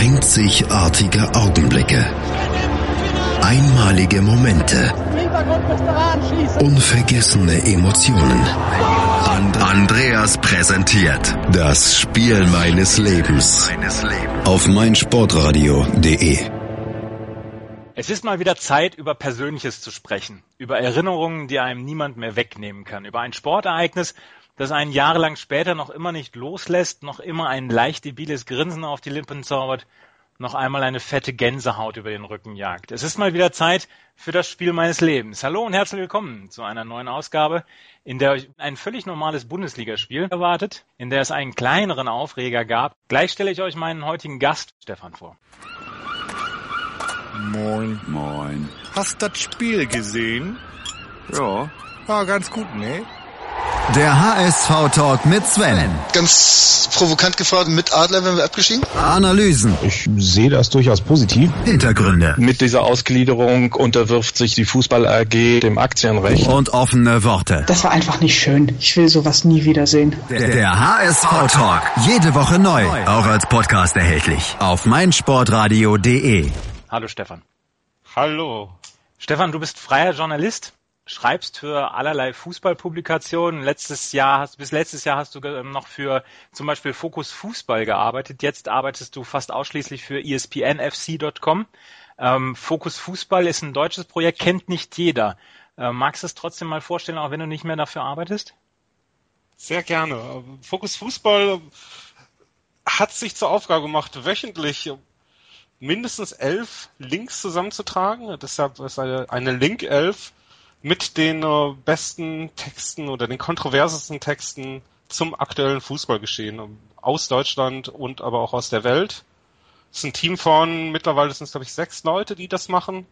Einzigartige Augenblicke. Einmalige Momente. Unvergessene Emotionen. Andreas präsentiert das Spiel meines Lebens auf meinsportradio.de. Es ist mal wieder Zeit, über Persönliches zu sprechen, über Erinnerungen, die einem niemand mehr wegnehmen kann, über ein Sportereignis, das einen jahrelang später noch immer nicht loslässt, noch immer ein leicht debiles Grinsen auf die Lippen zaubert, noch einmal eine fette Gänsehaut über den Rücken jagt. Es ist mal wieder Zeit für das Spiel meines Lebens. Hallo und herzlich willkommen zu einer neuen Ausgabe, in der euch ein völlig normales Bundesligaspiel erwartet, in der es einen kleineren Aufreger gab. Gleich stelle ich euch meinen heutigen Gast, Stefan, vor. Moin. Moin. Hast das Spiel gesehen? Ja. War ganz gut, ne? Der HSV-Talk mit Sven. Ganz provokant gefragt, mit Adler werden wir abgestiegen? Analysen. Ich sehe das durchaus positiv. Hintergründe. Mit dieser Ausgliederung unterwirft sich die Fußball AG dem Aktienrecht. Und offene Worte. Das war einfach nicht schön. Ich will sowas nie wiedersehen. Der HSV-Talk. Jede Woche neu. Auch als Podcast erhältlich. Auf meinsportradio.de. Hallo Stefan. Hallo. Stefan, du bist freier Journalist, schreibst für allerlei Fußballpublikationen. Bis letztes Jahr hast du noch für zum Beispiel Fokus Fußball gearbeitet. Jetzt arbeitest du fast ausschließlich für ESPNFC.com. Fokus Fußball ist ein deutsches Projekt, kennt nicht jeder. Magst du es trotzdem mal vorstellen, auch wenn du nicht mehr dafür arbeitest? Sehr gerne. Fokus Fußball hat sich zur Aufgabe gemacht, wöchentlich mindestens 11 Links zusammenzutragen. Deshalb ist eine Link-11 mit den besten Texten oder den kontroversesten Texten zum aktuellen Fußballgeschehen aus Deutschland und aber auch aus der Welt. Es ist ein Team von, mittlerweile sind es glaube ich 6 Leute, die das machen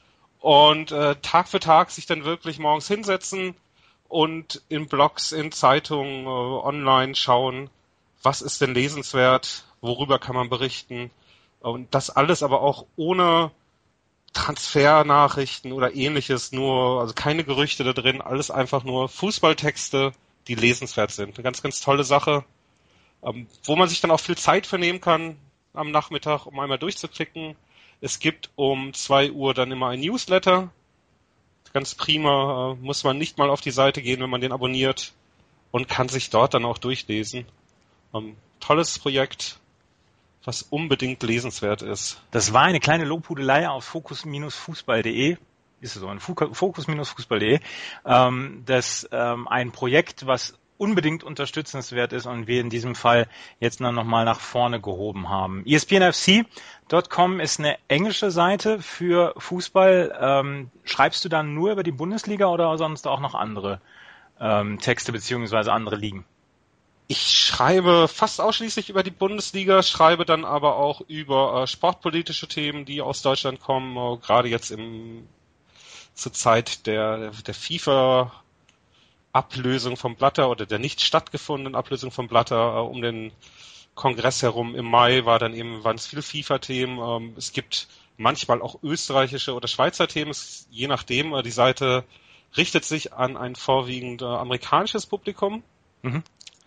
und Tag für Tag sich dann wirklich morgens hinsetzen und in Blogs, in Zeitungen, online schauen, was ist denn lesenswert, worüber kann man berichten. Und das alles aber auch ohne Transfernachrichten oder ähnliches, also keine Gerüchte da drin, alles einfach nur Fußballtexte, die lesenswert sind. Eine ganz, ganz tolle Sache, wo man sich dann auch viel Zeit vernehmen kann am Nachmittag, um einmal durchzuklicken. Es gibt um 2 Uhr dann immer ein Newsletter. Ganz prima, muss man nicht mal auf die Seite gehen, wenn man den abonniert und kann sich dort dann auch durchlesen. Tolles Projekt, was unbedingt lesenswert ist. Das war eine kleine Lobhudelei auf fokus-fußball.de. Ist es so, ein fokus-fußball.de. Das ein Projekt, was unbedingt unterstützenswert ist und wir in diesem Fall jetzt nochmal nach vorne gehoben haben. ESPNFC.com ist eine englische Seite für Fußball. Schreibst du dann nur über die Bundesliga oder sonst auch noch andere Texte beziehungsweise andere Ligen? Ich schreibe fast ausschließlich über die Bundesliga, schreibe dann aber auch über sportpolitische Themen, die aus Deutschland kommen, gerade jetzt zur Zeit der FIFA-Ablösung vom Blatter oder der nicht stattgefundenen Ablösung vom Blatter um den Kongress herum im Mai waren es viele FIFA-Themen. Es gibt manchmal auch österreichische oder Schweizer Themen, je nachdem. Die Seite richtet sich an ein vorwiegend amerikanisches Publikum. Mhm.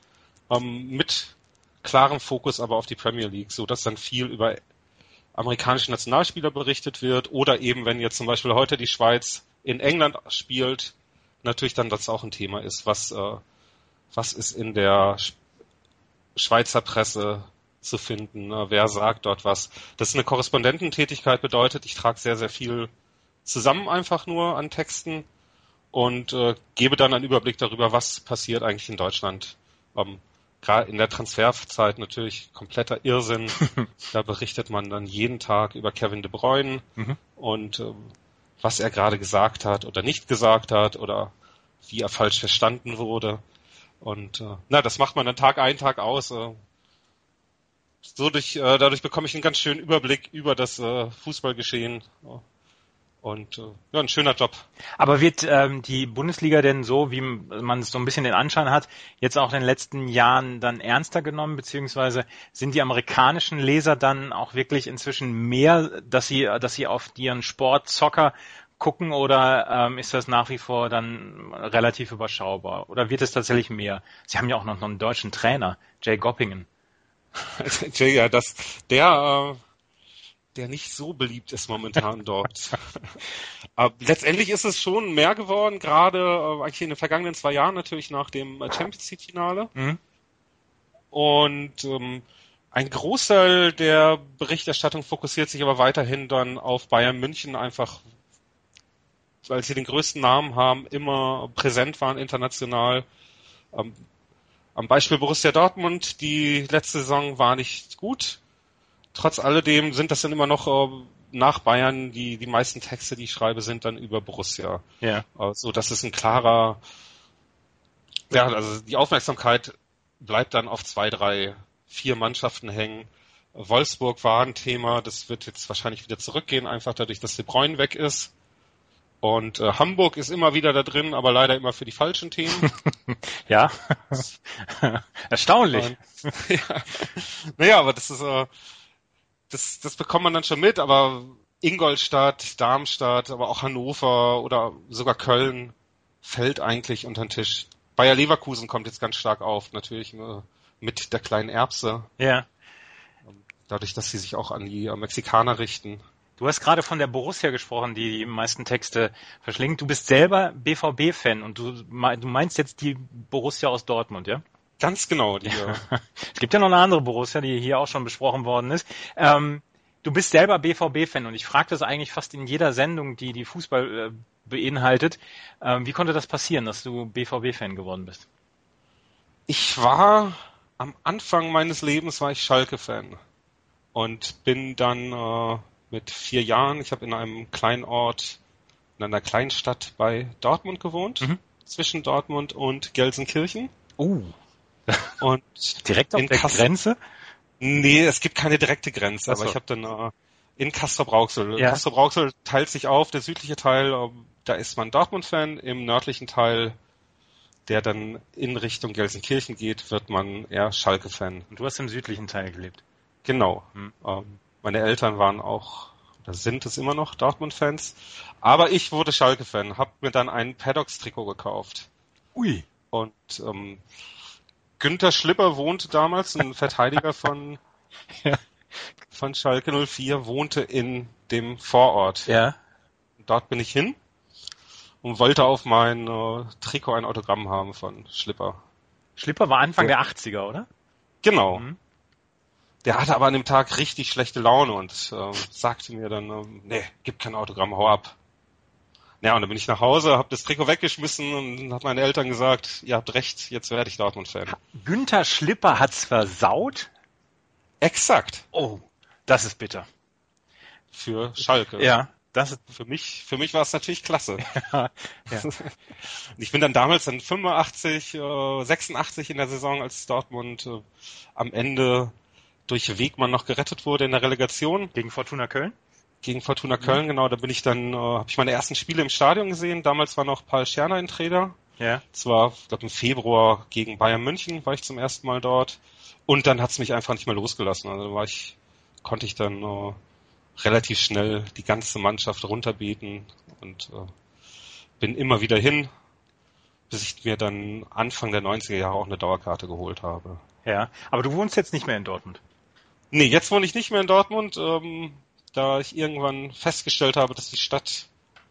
Mit klarem Fokus aber auf die Premier League, so dass dann viel über amerikanische Nationalspieler berichtet wird oder eben, wenn jetzt zum Beispiel heute die Schweiz in England spielt, natürlich dann das auch ein Thema ist, was ist in der Schweizer Presse zu finden, wer sagt dort was. Das ist eine Korrespondententätigkeit, bedeutet, ich trage sehr, sehr viel zusammen einfach nur an Texten und gebe dann einen Überblick darüber, was passiert eigentlich in Deutschland. Gerade in der Transferzeit natürlich kompletter Irrsinn. Da berichtet man dann jeden Tag über Kevin De Bruyne und was er gerade gesagt hat oder nicht gesagt hat oder wie er falsch verstanden wurde. Und das macht man dann Tag ein, Tag aus. Dadurch bekomme ich einen ganz schönen Überblick über das Fußballgeschehen. Und ein schöner Job. Aber wird die Bundesliga denn so, wie man so ein bisschen den Anschein hat, jetzt auch in den letzten Jahren dann ernster genommen, beziehungsweise sind die amerikanischen Leser dann auch wirklich inzwischen mehr, dass sie auf ihren Sport, Soccer gucken oder ist das nach wie vor dann relativ überschaubar? Oder wird es tatsächlich mehr? Sie haben ja auch noch einen deutschen Trainer, Jay Goppingen. Ja, der der nicht so beliebt ist momentan dort. Aber letztendlich ist es schon mehr geworden, gerade eigentlich in den vergangenen 2 Jahren natürlich nach dem Champions League Finale. Mhm. Und ein Großteil der Berichterstattung fokussiert sich aber weiterhin dann auf Bayern München, einfach weil sie den größten Namen haben, immer präsent waren international. Am Beispiel Borussia Dortmund, die letzte Saison war nicht gut. Trotz alledem sind das dann immer noch nach Bayern, die meisten Texte, die ich schreibe, sind dann über Borussia. Ja. So, das ist ein klarer, ja, also die Aufmerksamkeit bleibt dann auf 2, 3, 4 Mannschaften hängen. Wolfsburg war ein Thema, das wird jetzt wahrscheinlich wieder zurückgehen, einfach dadurch, dass De Bruyne weg ist. Und Hamburg ist immer wieder da drin, aber leider immer für die falschen Themen. Ja, erstaunlich. Und, ja. Naja, aber das ist, das bekommt man dann schon mit, aber Ingolstadt, Darmstadt, aber auch Hannover oder sogar Köln fällt eigentlich unter den Tisch. Bayer Leverkusen kommt jetzt ganz stark auf, natürlich mit der kleinen Erbse. Ja. Dadurch, dass sie sich auch an die Mexikaner richten. Du hast gerade von der Borussia gesprochen, die meisten Texte verschlingt. Du bist selber BVB-Fan und du meinst jetzt die Borussia aus Dortmund, ja? Ganz genau. Es gibt ja noch eine andere Borussia, die hier auch schon besprochen worden ist. Du bist selber BVB-Fan und ich frage das eigentlich fast in jeder Sendung, die Fußball beinhaltet. Wie konnte das passieren, dass du BVB-Fan geworden bist? Ich war am Anfang meines Lebens war ich Schalke-Fan und bin dann mit 4 Jahren, ich habe in einem kleinen Ort, in einer kleinen Stadt bei Dortmund gewohnt, zwischen Dortmund und Gelsenkirchen. Und direkt auf der Grenze? Nee, es gibt keine direkte Grenze, aber ich habe dann in Castrop-Rauxel. Ja. Castrop-Rauxel teilt sich auf, der südliche Teil, da ist man Dortmund-Fan, im nördlichen Teil, der dann in Richtung Gelsenkirchen geht, wird man eher Schalke-Fan. Und du hast im südlichen Teil gelebt? Genau. Meine Eltern waren auch, oder sind es immer noch, Dortmund-Fans. Aber ich wurde Schalke-Fan, habe mir dann ein Paddocks-Trikot gekauft. Ui. Und Günther Schlipper wohnte damals, ein Verteidiger von Schalke 04, wohnte in dem Vorort. Ja. Dort bin ich hin und wollte auf mein Trikot ein Autogramm haben von Schlipper. Schlipper war Anfang der 80er, oder? Genau. Der hatte aber an dem Tag richtig schlechte Laune und sagte mir dann, nee, gib kein Autogramm, hau ab. Ja, und dann bin ich nach Hause, habe das Trikot weggeschmissen und hat meinen Eltern gesagt, ihr habt recht, jetzt werde ich Dortmund-Fan. Günther Schlipper hat's versaut? Exakt. Oh, das ist bitter. Für Schalke. Ja, das ist für mich war es natürlich klasse. Ja. Ich bin dann damals 85, 86 in der Saison, als Dortmund am Ende durch Wegmann noch gerettet wurde in der Relegation. Gegen Fortuna Köln? Gegen Fortuna Köln, genau. Da bin ich dann, habe ich meine ersten Spiele im Stadion gesehen. Damals war noch Paul Scherner ein Trainer. Ja. Das war, ich glaube, im Februar gegen Bayern München war ich zum ersten Mal dort. Und dann hat's mich einfach nicht mehr losgelassen. Also konnte ich dann relativ schnell die ganze Mannschaft runterbeten und bin immer wieder hin, bis ich mir dann Anfang der 90er Jahre auch eine Dauerkarte geholt habe. Ja, aber du wohnst jetzt nicht mehr in Dortmund? Nee, jetzt wohne ich nicht mehr in Dortmund, da ich irgendwann festgestellt habe, dass die Stadt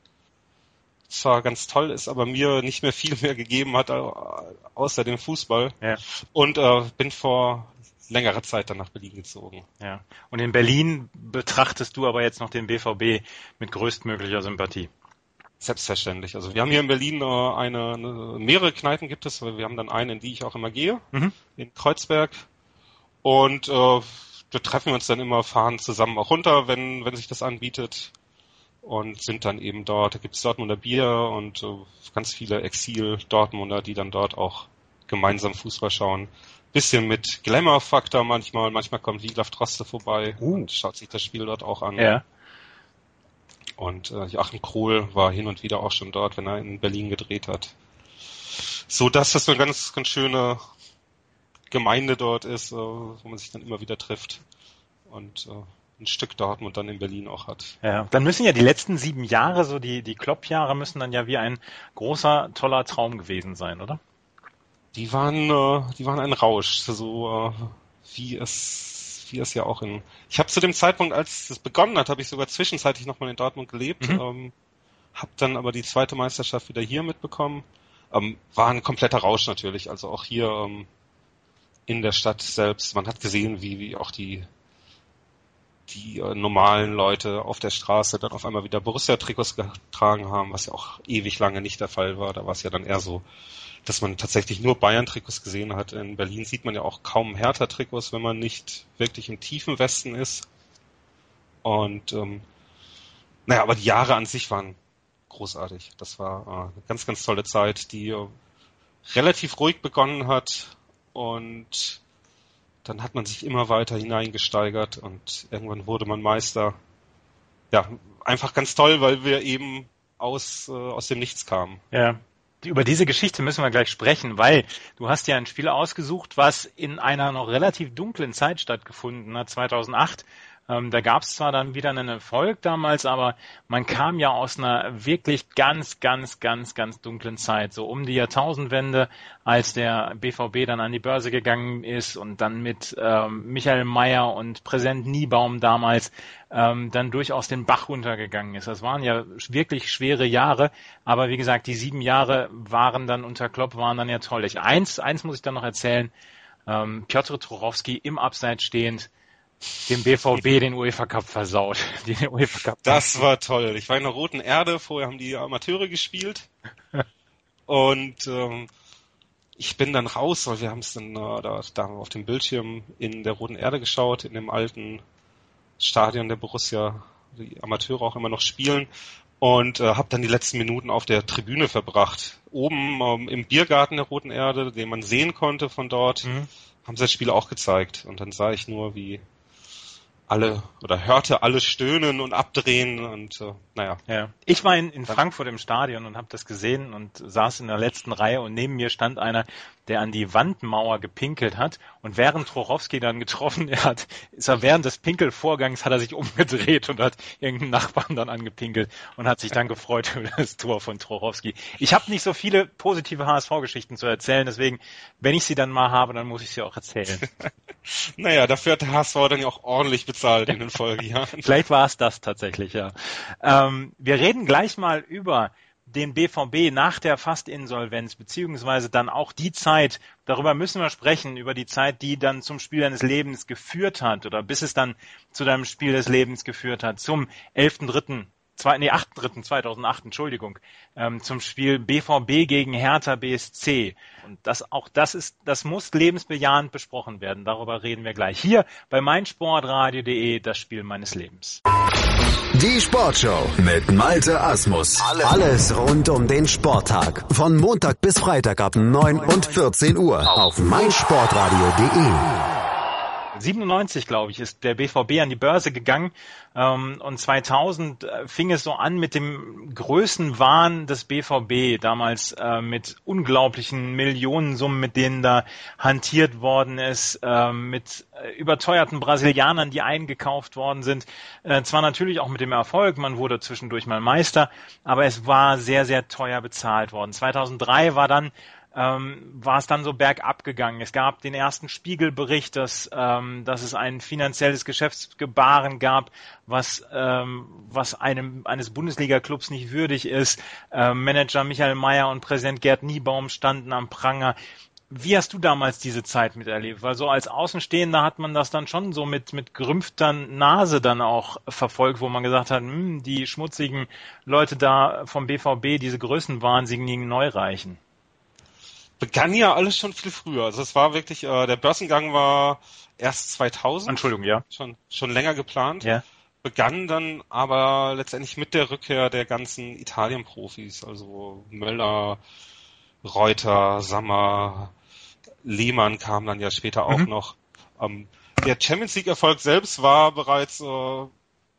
zwar ganz toll ist, aber mir nicht mehr viel mehr gegeben hat, außer dem Fußball. Ja. Und bin vor längerer Zeit dann nach Berlin gezogen. Ja. Und in Berlin betrachtest du aber jetzt noch den BVB mit größtmöglicher Sympathie? Selbstverständlich. Also wir haben hier in Berlin mehrere Kneipen gibt es, aber wir haben dann eine, in die ich auch immer gehe, in Kreuzberg. Und da treffen wir uns dann immer, fahren zusammen auch runter, wenn sich das anbietet. Und sind dann eben dort. Da gibt's Dortmunder Bier und ganz viele Exil-Dortmunder, die dann dort auch gemeinsam Fußball schauen. Bisschen mit Glamour-Faktor manchmal. Manchmal kommt Wiglaf Droste vorbei und schaut sich das Spiel dort auch an. Ja. Und Joachim Krohl war hin und wieder auch schon dort, wenn er in Berlin gedreht hat. So dass das so eine ganz, ganz schöne Gemeinde dort ist, wo man sich dann immer wieder trifft. Und ein Stück Dortmund dann in Berlin auch hat. Ja, dann müssen ja die letzten 7 Jahre, so die Klopp-Jahre, müssen dann ja wie ein großer, toller Traum gewesen sein, oder? Die waren ein Rausch, so wie es 2004 ist ja auch ich habe zu dem Zeitpunkt, als es begonnen hat, habe ich sogar zwischenzeitlich nochmal in Dortmund gelebt, habe dann aber die zweite Meisterschaft wieder hier mitbekommen. War ein kompletter Rausch natürlich, also auch hier in der Stadt selbst. Man hat gesehen, wie auch die normalen Leute auf der Straße dann auf einmal wieder Borussia-Trikots getragen haben, was ja auch ewig lange nicht der Fall war. Da war es ja dann eher so, dass man tatsächlich nur Bayern-Trikots gesehen hat. In Berlin sieht man ja auch kaum Hertha-Trikots, wenn man nicht wirklich im tiefen Westen ist. Und aber die Jahre an sich waren großartig. Das war eine ganz, ganz tolle Zeit, die relativ ruhig begonnen hat und dann hat man sich immer weiter hineingesteigert und irgendwann wurde man Meister. Ja, einfach ganz toll, weil wir eben aus dem Nichts kamen. Ja. Über diese Geschichte müssen wir gleich sprechen, weil du hast ja ein Spiel ausgesucht, was in einer noch relativ dunklen Zeit stattgefunden hat, 2008. Da gab es zwar dann wieder einen Erfolg damals, aber man kam ja aus einer wirklich ganz, ganz, ganz, ganz dunklen Zeit, so um die Jahrtausendwende, als der BVB dann an die Börse gegangen ist und dann mit Michael Mayer und Präsident Niebaum damals dann durchaus den Bach runtergegangen ist. Das waren ja wirklich schwere Jahre, aber wie gesagt, die 7 Jahre waren dann unter Klopp, waren dann ja toll. Eins muss ich dann noch erzählen, Piotr Tuchowski im Abseits stehend, dem BVB den UEFA Cup versaut. Den UEFA Cup. Das war toll. Ich war in der Roten Erde, vorher haben die Amateure gespielt und ich bin dann raus, weil wir haben es dann da auf dem Bildschirm in der Roten Erde geschaut, in dem alten Stadion der Borussia, die Amateure auch immer noch spielen und habe dann die letzten Minuten auf der Tribüne verbracht. Oben im Biergarten der Roten Erde, den man sehen konnte von dort, haben sie das Spiel auch gezeigt und dann sah ich nur, wie hörte alle stöhnen und abdrehen und Ja. Ich war in Frankfurt im Stadion und habe das gesehen und saß in der letzten Reihe und neben mir stand einer, der an die Wandmauer gepinkelt hat und während Trochowski dann getroffen während des Pinkelvorgangs hat er sich umgedreht und hat irgendeinen Nachbarn dann angepinkelt und hat sich dann gefreut über das Tor von Trochowski. Ich habe nicht so viele positive HSV-Geschichten zu erzählen, deswegen, wenn ich sie dann mal habe, dann muss ich sie auch erzählen. Dafür hat der HSV dann ja auch ordentlich bezahlt in den Folgejahren. Vielleicht war es das tatsächlich, ja. Wir reden gleich mal über den BVB nach der Fast-Insolvenz, beziehungsweise dann auch die Zeit, darüber müssen wir sprechen, über die Zeit, die dann zum Spiel deines Lebens geführt hat oder bis es dann zu deinem Spiel des Lebens geführt hat, zum 8.3.2008, Entschuldigung, zum Spiel BVB gegen Hertha BSC. Und das muss lebensbejahend besprochen werden. Darüber reden wir gleich. Hier bei meinsportradio.de, das Spiel meines Lebens. Die Sportshow mit Malte Asmus. Alles rund um den Sporttag. Von Montag bis Freitag ab 9 und 14 Uhr auf meinsportradio.de. 97, glaube ich, ist der BVB an die Börse gegangen und 2000 fing es so an mit dem Größenwahn des BVB, damals mit unglaublichen Millionensummen, mit denen da hantiert worden ist, mit überteuerten Brasilianern, die eingekauft worden sind. Zwar natürlich auch mit dem Erfolg, man wurde zwischendurch mal Meister, aber es war sehr, sehr teuer bezahlt worden. 2003 war es dann so bergab gegangen. Es gab den ersten Spiegelbericht, dass es ein finanzielles Geschäftsgebaren gab, was eines Bundesliga-Clubs nicht würdig ist. Manager Michael Mayer und Präsident Gerd Niebaum standen am Pranger. Wie hast du damals diese Zeit miterlebt? Weil so als Außenstehender hat man das dann schon so mit gerümpfter Nase dann auch verfolgt, wo man gesagt hat, die schmutzigen Leute da vom BVB, diese größenwahnsinnigen Neureichen. Begann ja alles schon viel früher. Also es war wirklich, der Börsengang war erst 2000. Entschuldigung, ja. Schon länger geplant. Ja. Begann dann aber letztendlich mit der Rückkehr der ganzen Italien-Profis. Also Möller, Reuter, Sammer, Lehmann kam dann ja später auch noch. Der Champions League-Erfolg selbst war bereits, war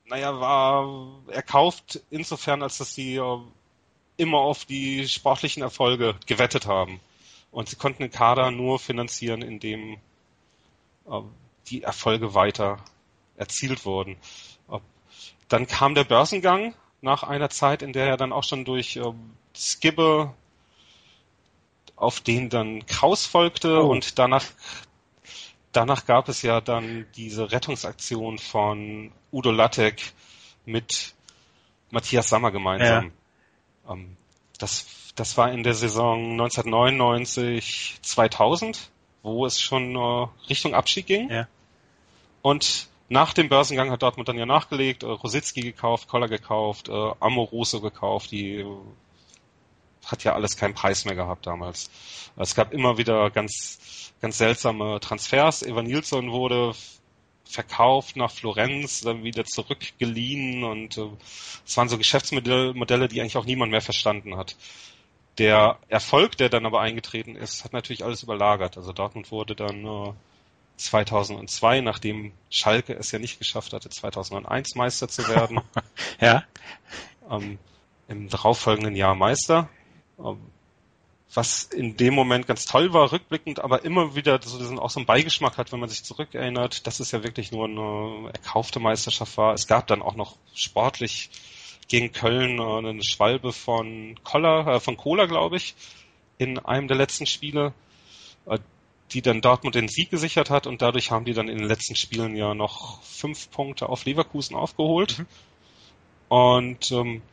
erkauft insofern, als dass sie immer auf die sportlichen Erfolge gewettet haben. Und sie konnten den Kader nur finanzieren, indem die Erfolge weiter erzielt wurden. Dann kam der Börsengang nach einer Zeit, in der er dann auch schon durch Skibbe, auf den dann Kraus folgte und danach danach gab es ja dann diese Rettungsaktion von Udo Lattek mit Matthias Sammer gemeinsam. Ja. Das war in der Saison 1999, 2000, wo es schon Richtung Abstieg ging. Ja. Und nach dem Börsengang hat Dortmund dann ja nachgelegt, Rositzky gekauft, Koller gekauft, Amoroso gekauft, die hat ja alles keinen Preis mehr gehabt damals. Es gab immer wieder ganz seltsame Transfers. Evan Nilsson wurde verkauft nach Florenz, dann wieder zurückgeliehen und es waren so Geschäftsmodelle, die eigentlich auch niemand mehr verstanden hat. Der Erfolg, der dann aber eingetreten ist, hat natürlich alles überlagert. Also Dortmund wurde dann 2002, nachdem Schalke es ja nicht geschafft hatte, 2001 Meister zu werden. Ja. Im darauffolgenden Jahr Meister. Was in dem Moment ganz toll war, rückblickend, aber immer wieder so einen Beigeschmack hat, wenn man sich zurückerinnert, dass es ja wirklich nur eine erkaufte Meisterschaft war. Es gab dann auch noch sportlich gegen Köln eine Schwalbe von Kohler, glaube ich, in einem der letzten Spiele, die dann Dortmund den Sieg gesichert hat und dadurch haben die dann in den letzten Spielen ja noch 5 Punkte auf Leverkusen aufgeholt. Und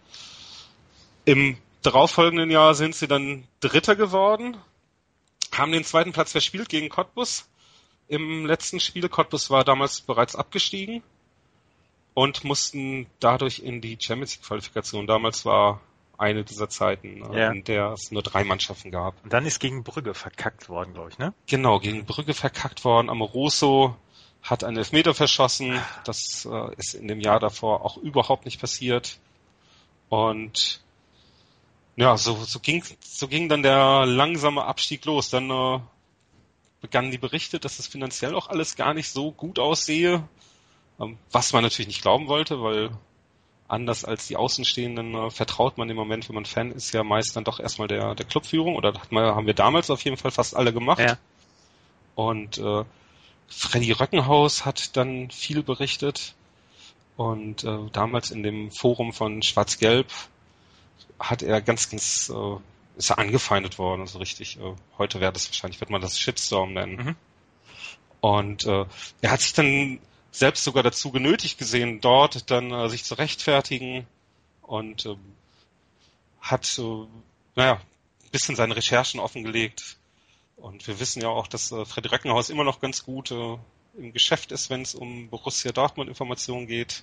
im darauffolgenden Jahr sind sie dann Dritter geworden, haben den 2. Platz verspielt gegen Cottbus im letzten Spiel. Cottbus war damals bereits abgestiegen und mussten dadurch in die Champions-League-Qualifikation. Damals war eine dieser Zeiten, in der es nur 3 Mannschaften gab. Und dann ist gegen Brügge verkackt worden, glaube ich, ne? Genau, gegen Brügge verkackt worden. Amoroso hat einen Elfmeter verschossen. Das ist in dem Jahr davor auch überhaupt nicht passiert. Und ja, so ging dann der langsame Abstieg los. Dann begannen die Berichte, dass es finanziell auch alles gar nicht so gut aussehe, was man natürlich nicht glauben wollte, weil anders als die Außenstehenden vertraut man im Moment, wenn man Fan ist, ja meist dann doch erstmal der Clubführung, oder haben wir damals auf jeden Fall fast alle gemacht. Ja. Und Freddy Röckenhaus hat dann viel berichtet und damals in dem Forum von Schwarz-Gelb hat er ist er angefeindet worden, also richtig. Heute wird man das Shitstorm nennen. Und er hat sich dann selbst sogar dazu genötigt gesehen, dort dann sich zu rechtfertigen und hat ein bisschen seine Recherchen offengelegt. Und wir wissen ja auch, dass Freddy Röckenhaus immer noch ganz gut im Geschäft ist, wenn es um Borussia Dortmund Informationen geht.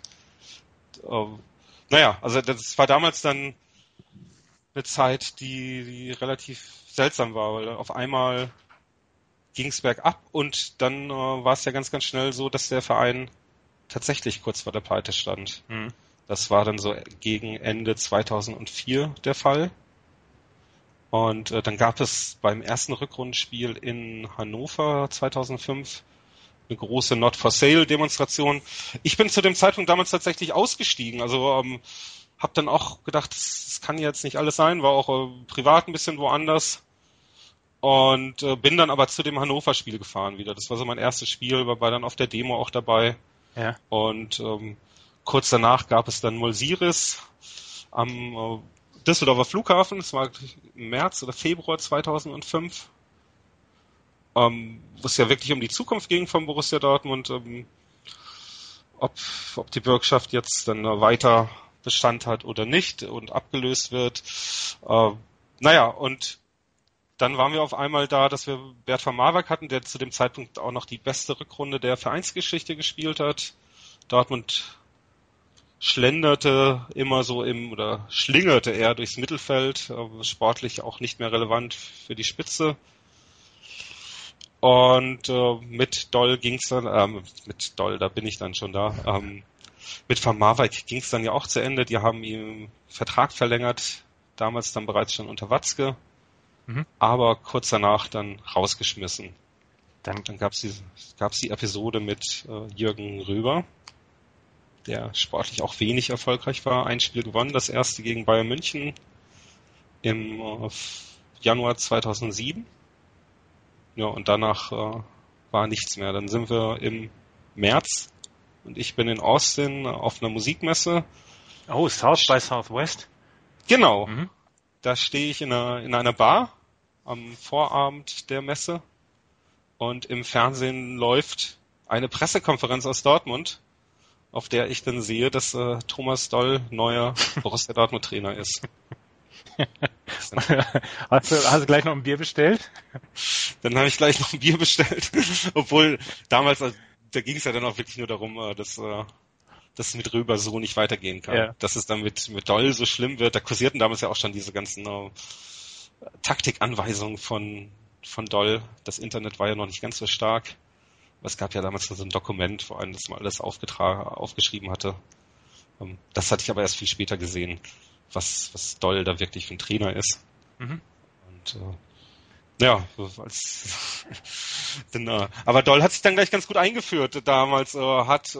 Also das war damals dann eine Zeit, die relativ seltsam war, weil auf einmal ging es bergab und dann war es ja ganz, ganz schnell so, dass der Verein tatsächlich kurz vor der Pleite stand. Das war dann so gegen Ende 2004 der Fall. Und dann gab es beim ersten Rückrundenspiel in Hannover 2005 eine große Not for Sale Demonstration. Ich bin zu dem Zeitpunkt damals tatsächlich ausgestiegen, also habe dann auch gedacht, das kann jetzt nicht alles sein, war auch privat ein bisschen woanders und bin dann aber zu dem Hannover-Spiel gefahren wieder. Das war so mein erstes Spiel, war dann auf der Demo auch dabei. Ja. Und kurz danach gab es dann Mulsiris am Düsseldorfer Flughafen, das war im März oder Februar 2005, wo es ja wirklich um die Zukunft ging von Borussia Dortmund, ob die Bürgschaft jetzt dann weiter Bestand hat oder nicht und abgelöst wird. Und dann waren wir auf einmal da, dass wir Bert van Marwijk hatten, der zu dem Zeitpunkt auch noch die beste Rückrunde der Vereinsgeschichte gespielt hat. Dortmund schlenderte immer so schlingerte eher durchs Mittelfeld, sportlich auch nicht mehr relevant für die Spitze. Und mit Doll ging's dann, da bin ich dann schon da, mit Van Marwijk ging es dann ja auch zu Ende. Die haben ihm Vertrag verlängert, damals dann bereits schon unter Watzke, aber kurz danach dann rausgeschmissen. Dann gab's die Episode mit Jürgen Röber, der sportlich auch wenig erfolgreich war. Ein Spiel gewonnen, das erste gegen Bayern München im Januar 2007. Ja, und danach war nichts mehr. Dann sind wir im März und ich bin in Austin auf einer Musikmesse. Oh, South by Southwest? Genau. Da stehe ich in einer Bar am Vorabend der Messe und im Fernsehen läuft eine Pressekonferenz aus Dortmund, auf der ich dann sehe, dass Thomas Doll neuer Borussia Dortmund Trainer ist. Hast du gleich noch ein Bier bestellt? Dann habe ich gleich noch ein Bier bestellt, obwohl damals, da ging es ja dann auch wirklich nur darum, dass es mit Röber so nicht weitergehen kann. Ja. Dass es dann mit Doll so schlimm wird. Da kursierten damals ja auch schon diese ganzen Taktikanweisungen von Doll. Das Internet war ja noch nicht ganz so stark. Es gab ja damals so ein Dokument, wo einem das mal alles aufgeschrieben hatte. Das hatte ich aber erst viel später gesehen, was Doll da wirklich für ein Trainer ist. Mhm. Und aber Doll hat sich dann gleich ganz gut eingeführt. Damals hat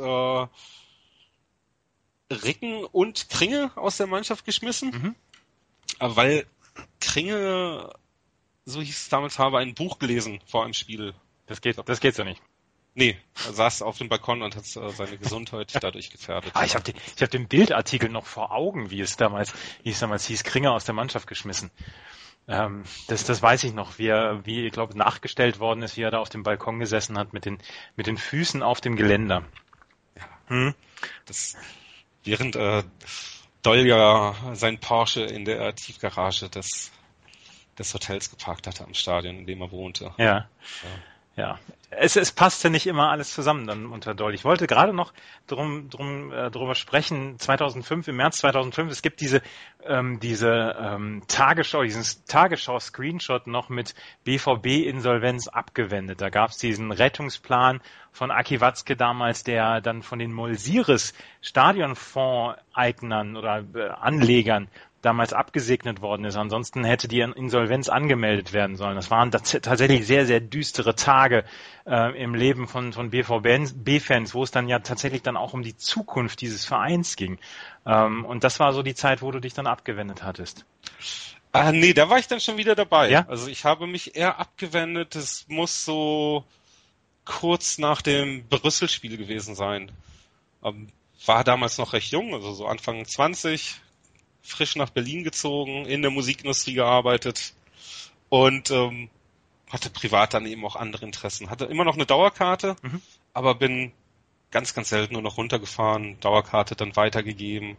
Ricken und Kringe aus der Mannschaft geschmissen, weil Kringe, so hieß es damals, habe ein Buch gelesen vor einem Spiel. Das geht so nicht. Nee, er saß auf dem Balkon und hat seine Gesundheit dadurch gefährdet. Ich hab den Bildartikel noch vor Augen, wie es damals hieß, Kringe aus der Mannschaft geschmissen. Das weiß ich noch, wie ich glaube, nachgestellt worden ist, wie er da auf dem Balkon gesessen hat mit den Füßen auf dem Geländer. Ja. Das, während Doll ja sein Porsche in der Tiefgarage des Hotels geparkt hatte am Stadion, in dem er wohnte. Ja. Es passte nicht immer alles zusammen dann unter Doll. Ich wollte gerade noch drüber sprechen, im März 2005, es gibt diese Tagesschau, diesen Tagesschau-Screenshot noch mit BVB-Insolvenz abgewendet. Da gab es diesen Rettungsplan von Aki Watzke damals, der dann von den Molsires Stadionfonds-Eignern oder Anlegern damals abgesegnet worden ist. Ansonsten hätte die Insolvenz angemeldet werden sollen. Das waren tatsächlich sehr, sehr düstere Tage im Leben von BVB-Fans, wo es dann ja tatsächlich dann auch um die Zukunft dieses Vereins ging. Und das war so die Zeit, wo du dich dann abgewendet hattest. Nee, da war ich dann schon wieder dabei. Ja? Also ich habe mich eher abgewendet. Es muss so kurz nach dem Brüssel-Spiel gewesen sein. War damals noch recht jung, also so Anfang 20, frisch nach Berlin gezogen, in der Musikindustrie gearbeitet und hatte privat dann eben auch andere Interessen. Hatte immer noch eine Dauerkarte, aber bin ganz, ganz selten nur noch runtergefahren, Dauerkarte dann weitergegeben.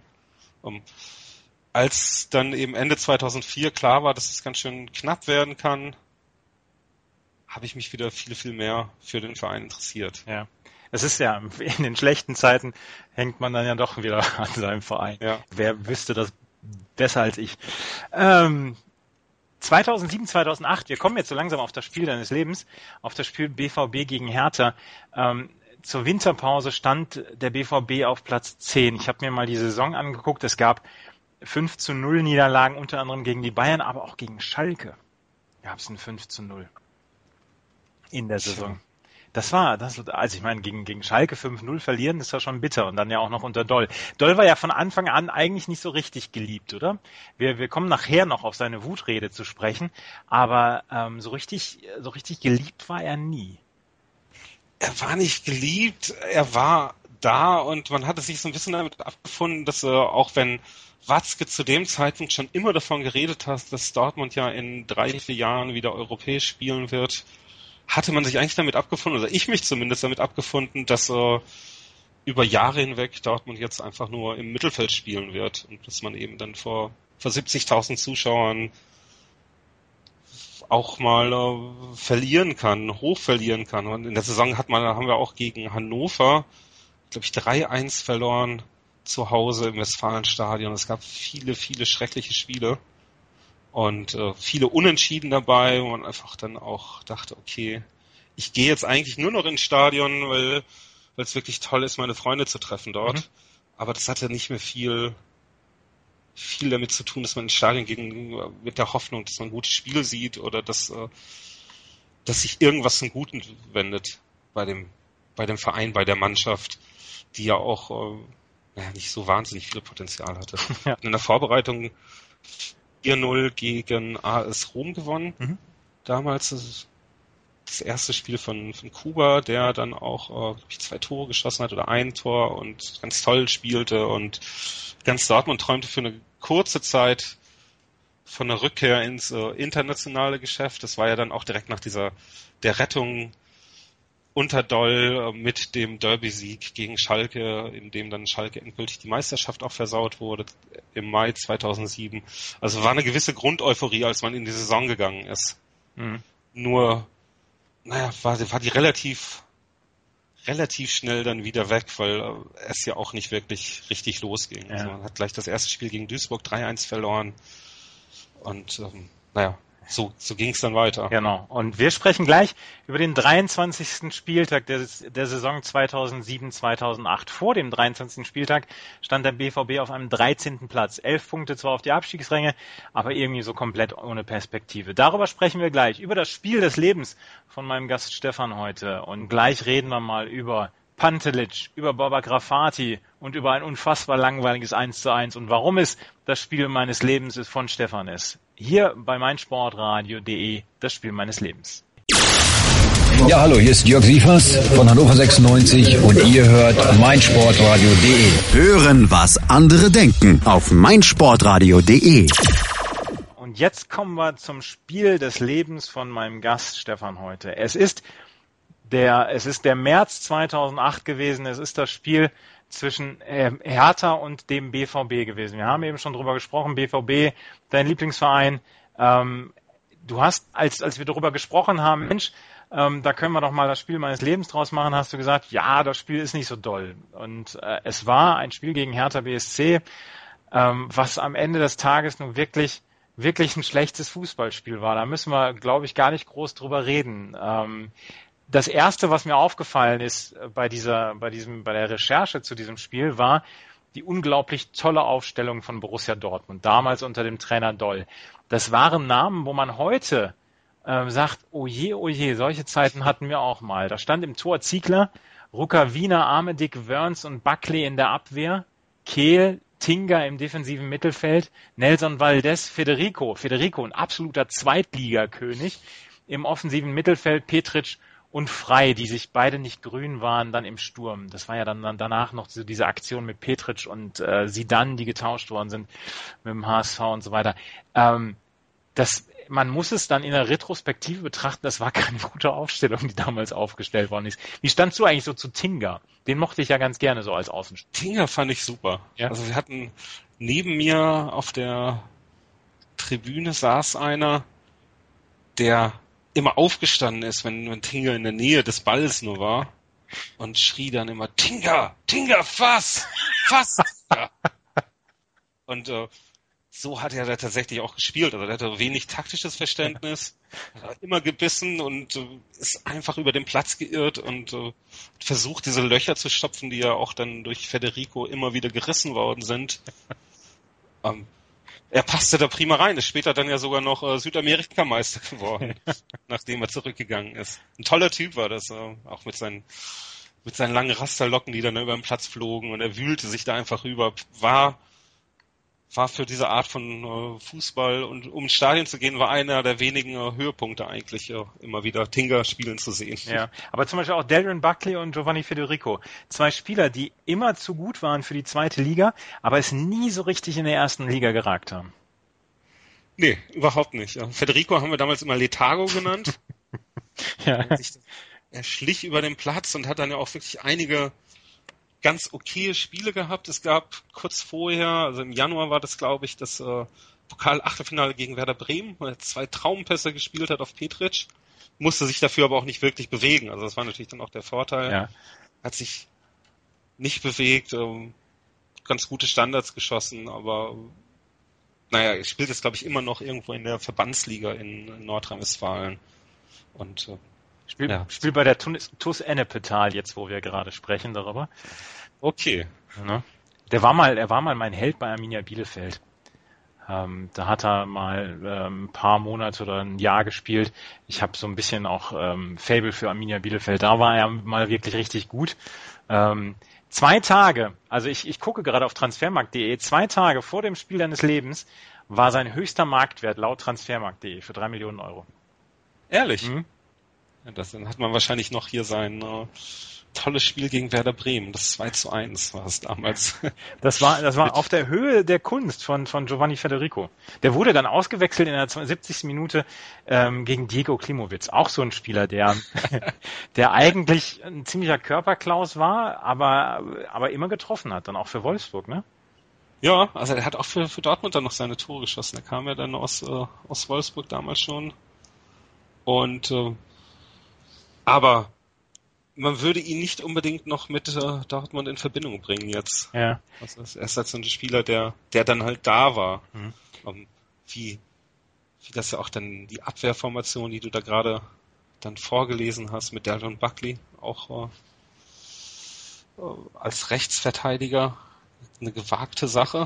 Als dann eben Ende 2004 klar war, dass es ganz schön knapp werden kann, habe ich mich wieder viel, viel mehr für den Verein interessiert. Ja. Es ist ja, in den schlechten Zeiten hängt man dann ja doch wieder an seinem Verein. Ja. Wer wüsste das besser als ich. 2007, 2008, wir kommen jetzt so langsam auf das Spiel deines Lebens, auf das Spiel BVB gegen Hertha. Zur Winterpause stand der BVB auf Platz 10. Ich habe mir mal die Saison angeguckt. Es gab 5-0 Niederlagen, unter anderem gegen die Bayern, aber auch gegen Schalke gab es ein 5-0 in der Saison. Also ich meine, gegen Schalke 5-0 verlieren, das war schon bitter und dann ja auch noch unter Doll. Doll war ja von Anfang an eigentlich nicht so richtig geliebt, oder? Wir kommen nachher noch auf seine Wutrede zu sprechen, aber so richtig geliebt war er nie. Er war nicht geliebt, er war da und man hatte sich so ein bisschen damit abgefunden, dass auch wenn Watzke zu dem Zeitpunkt schon immer davon geredet hat, dass Dortmund ja in 3-4 Jahren wieder europäisch spielen wird, hatte man sich eigentlich damit abgefunden, oder ich mich zumindest damit abgefunden, dass über Jahre hinweg Dortmund jetzt einfach nur im Mittelfeld spielen wird und dass man eben dann vor 70.000 Zuschauern auch mal verlieren kann, hoch verlieren kann. Und in der Saison haben wir auch gegen Hannover, glaube ich, 3-1 verloren zu Hause im Westfalenstadion. Es gab viele, viele schreckliche Spiele. Und viele Unentschieden dabei, wo man einfach dann auch dachte, okay, ich gehe jetzt eigentlich nur noch ins Stadion, weil es wirklich toll ist, meine Freunde zu treffen dort. Aber das hatte nicht mehr viel damit zu tun, dass man ins Stadion ging mit der Hoffnung, dass man ein gutes Spiel sieht oder dass sich irgendwas zum Guten wendet bei dem Verein, bei der Mannschaft, die ja auch nicht so wahnsinnig viel Potenzial hatte. Ja. In der Vorbereitung 4-0 gegen AS Rom gewonnen. Damals das erste Spiel von Kuba, der dann auch 2 Tore geschossen hat oder ein Tor und ganz toll spielte und ganz Dortmund träumte für eine kurze Zeit von der Rückkehr ins internationale Geschäft. Das war ja dann auch direkt nach der Rettung unter Doll mit dem Derby-Sieg gegen Schalke, in dem dann Schalke endgültig die Meisterschaft auch versaut wurde, im Mai 2007. Also war eine gewisse Grundeuphorie, als man in die Saison gegangen ist. Mhm. Nur, war die relativ schnell dann wieder weg, weil es ja auch nicht wirklich richtig losging. Ja. Also man hat gleich das erste Spiel gegen Duisburg 3-1 verloren und so ging es dann weiter. Genau. Und wir sprechen gleich über den 23. Spieltag der Saison 2007-2008. Vor dem 23. Spieltag stand der BVB auf einem 13. Platz. 11 Punkte zwar auf die Abstiegsränge, aber irgendwie so komplett ohne Perspektive. Darüber sprechen wir gleich. Über das Spiel des Lebens von meinem Gast Stefan heute. Und gleich reden wir mal über Pantelic, über Baba Grafati und über ein unfassbar langweiliges 1:1 und warum es das Spiel meines Lebens ist von Stefan ist. Hier bei meinsportradio.de, das Spiel meines Lebens. Ja, hallo, hier ist Jörg Sievers von Hannover 96 und ihr hört meinsportradio.de. Hören, was andere denken auf meinsportradio.de. Und jetzt kommen wir zum Spiel des Lebens von meinem Gast Stefan heute. Es ist der März 2008 gewesen. Es ist das Spiel zwischen Hertha und dem BVB gewesen. Wir haben eben schon drüber gesprochen. BVB, dein Lieblingsverein. Du hast, als wir darüber gesprochen haben, Mensch, da können wir doch mal das Spiel meines Lebens draus machen, hast du gesagt, ja, das Spiel ist nicht so doll. Und es war ein Spiel gegen Hertha BSC, was am Ende des Tages nun wirklich ein schlechtes Fußballspiel war. Da müssen wir, glaube ich, gar nicht groß drüber reden. Das erste, was mir aufgefallen ist bei der Recherche zu diesem Spiel, war die unglaublich tolle Aufstellung von Borussia Dortmund, damals unter dem Trainer Doll. Das waren Namen, wo man heute sagt, oh je, solche Zeiten hatten wir auch mal. Da stand im Tor Ziegler, Rukavina, Armedik, Wörns und Buckley in der Abwehr, Kehl, Tinga im defensiven Mittelfeld, Nelson Valdez, Federico, ein absoluter Zweitligakönig, im offensiven Mittelfeld Petric und Frei, die sich beide nicht grün waren, dann im Sturm. Das war ja dann danach noch diese Aktion mit Petric und Zidane, die getauscht worden sind mit dem HSV und so weiter. Man muss es dann in der Retrospektive betrachten, das war keine gute Aufstellung, die damals aufgestellt worden ist. Wie standst du eigentlich so zu Tinga? Den mochte ich ja ganz gerne so als Außenstürmer. Tinga fand ich super. Ja? Also wir hatten neben mir auf der Tribüne saß einer, der immer aufgestanden ist, wenn Tinga in der Nähe des Balls nur war und schrie dann immer, Tinga, fass! Ja. Und so hat er da tatsächlich auch gespielt. Also der hatte wenig taktisches Verständnis, hat immer gebissen und ist einfach über den Platz geirrt und versucht, diese Löcher zu stopfen, die ja auch dann durch Federico immer wieder gerissen worden sind. Er passte da prima rein, ist später dann ja sogar noch Südamerikameister geworden, nachdem er zurückgegangen ist. Ein toller Typ war das, auch mit seinen langen Rasterlocken, die dann über den Platz flogen und er wühlte sich da einfach rüber, war für diese Art von Fußball und um ins Stadion zu gehen, war einer der wenigen Höhepunkte eigentlich immer wieder Tinga spielen zu sehen. Ja, aber zum Beispiel auch Darren Buckley und Giovanni Federico. 2 Spieler, die immer zu gut waren für die zweite Liga, aber es nie so richtig in der ersten Liga geragt haben. Nee, überhaupt nicht. Federico haben wir damals immer Letago genannt. Ja. Er schlich über den Platz und hat dann ja auch wirklich einige ganz okaye Spiele gehabt. Es gab kurz vorher, also im Januar war das, glaube ich, das Pokal-Achtelfinale gegen Werder Bremen, wo er 2 Traumpässe gespielt hat auf Petric, musste sich dafür aber auch nicht wirklich bewegen. Also das war natürlich dann auch der Vorteil. Ja. Hat sich nicht bewegt, ganz gute Standards geschossen, aber er spielt jetzt, glaube ich, immer noch irgendwo in der Verbandsliga in Nordrhein-Westfalen. Und Spiel bei der TuS Ennepetal jetzt, wo wir gerade sprechen darüber. Okay. Ja. Er war mal mein Held bei Arminia Bielefeld. Da hat er mal ein paar Monate oder ein Jahr gespielt. Ich habe so ein bisschen auch Faible für Arminia Bielefeld. Da war er mal wirklich richtig gut. 2 Tage, also ich gucke gerade auf transfermarkt.de, 2 Tage vor dem Spiel deines Lebens war sein höchster Marktwert laut transfermarkt.de für 3 Millionen Euro. Ehrlich? Mhm. Ja, dann hat man wahrscheinlich noch hier seinen tolles Spiel gegen Werder Bremen. Das 2:1 war es damals. Das war auf der Höhe der Kunst von Giovanni Federico. Der wurde dann ausgewechselt in der 70. Minute gegen Diego Klimowitz. Auch so ein Spieler, der eigentlich ein ziemlicher Körperklaus war, aber immer getroffen hat, dann auch für Wolfsburg, ne? Ja, also er hat auch für Dortmund dann noch seine Tore geschossen. Er kam ja dann aus Wolfsburg damals schon. Und aber man würde ihn nicht unbedingt noch mit Dortmund in Verbindung bringen jetzt. Ja. Also er ist halt so ein Spieler, der dann halt da war. Wie das ja auch dann die Abwehrformation, die du da gerade dann vorgelesen hast mit Delton Buckley, auch als Rechtsverteidiger eine gewagte Sache.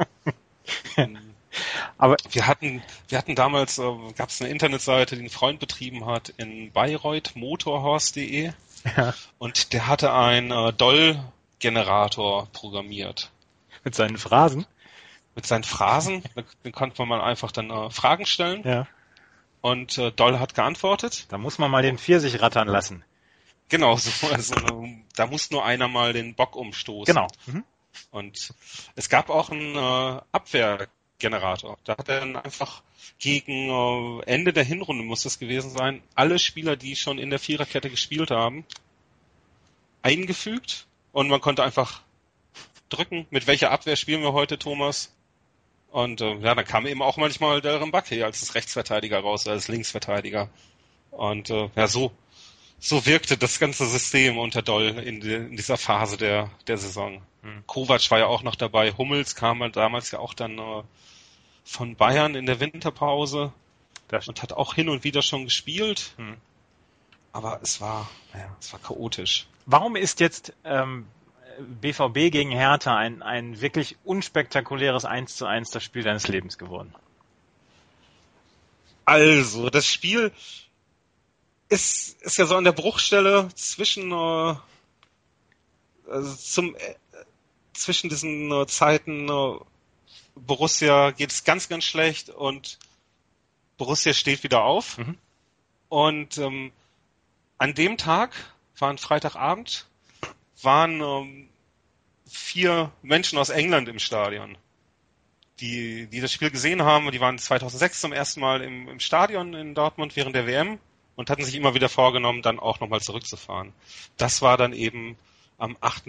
Aber wir hatten damals, gab es eine Internetseite, die ein Freund betrieben hat in Bayreuth, motorhorse.de. Ja. Und der hatte einen Doll-Generator programmiert. Mit seinen Phrasen? Mit seinen Phrasen. Den konnte man mal einfach dann Fragen stellen. Ja. Und Doll hat geantwortet. Da muss man mal den Pfirsich rattern lassen. Genau, da muss nur einer mal den Bock umstoßen. Genau. Mhm. Und es gab auch einen Abwehrgenerator. Da hat er dann einfach gegen Ende der Hinrunde, muss das gewesen sein, alle Spieler, die schon in der Viererkette gespielt haben, eingefügt. Und man konnte einfach drücken, mit welcher Abwehr spielen wir heute, Thomas? Und dann kam eben auch manchmal Delton Buckley als Rechtsverteidiger raus, als Linksverteidiger. Und so wirkte das ganze System unter Doll in dieser Phase der Saison. Kovac war ja auch noch dabei. Hummels kam halt damals ja auch dann von Bayern in der Winterpause und hat auch hin und wieder schon gespielt. Aber es war chaotisch. Warum ist jetzt BVB gegen Hertha ein wirklich unspektakuläres 1:1 das Spiel deines Lebens geworden? Also, das Spiel ist ja so an der Bruchstelle zwischen zwischen diesen Zeiten Borussia geht es ganz, ganz schlecht und Borussia steht wieder auf. Und an dem Tag, war ein Freitagabend, waren 4 Menschen aus England im Stadion, die das Spiel gesehen haben. Die waren 2006 zum ersten Mal im Stadion in Dortmund während der WM und hatten sich immer wieder vorgenommen, dann auch nochmal zurückzufahren. Das war dann eben am 8.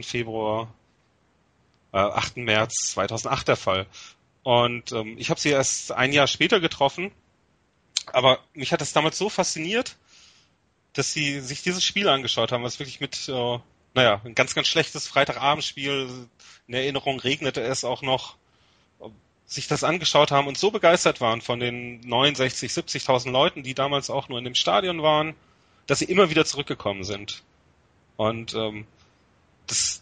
März 2008 der Fall. Und ich habe sie erst ein Jahr später getroffen, aber mich hat das damals so fasziniert, dass sie sich dieses Spiel angeschaut haben, was wirklich mit, ein ganz, ganz schlechtes Freitagabendspiel, in Erinnerung regnete es auch noch, sich das angeschaut haben und so begeistert waren von den 69.000, 70.000 Leuten, die damals auch nur in dem Stadion waren, dass sie immer wieder zurückgekommen sind. Und das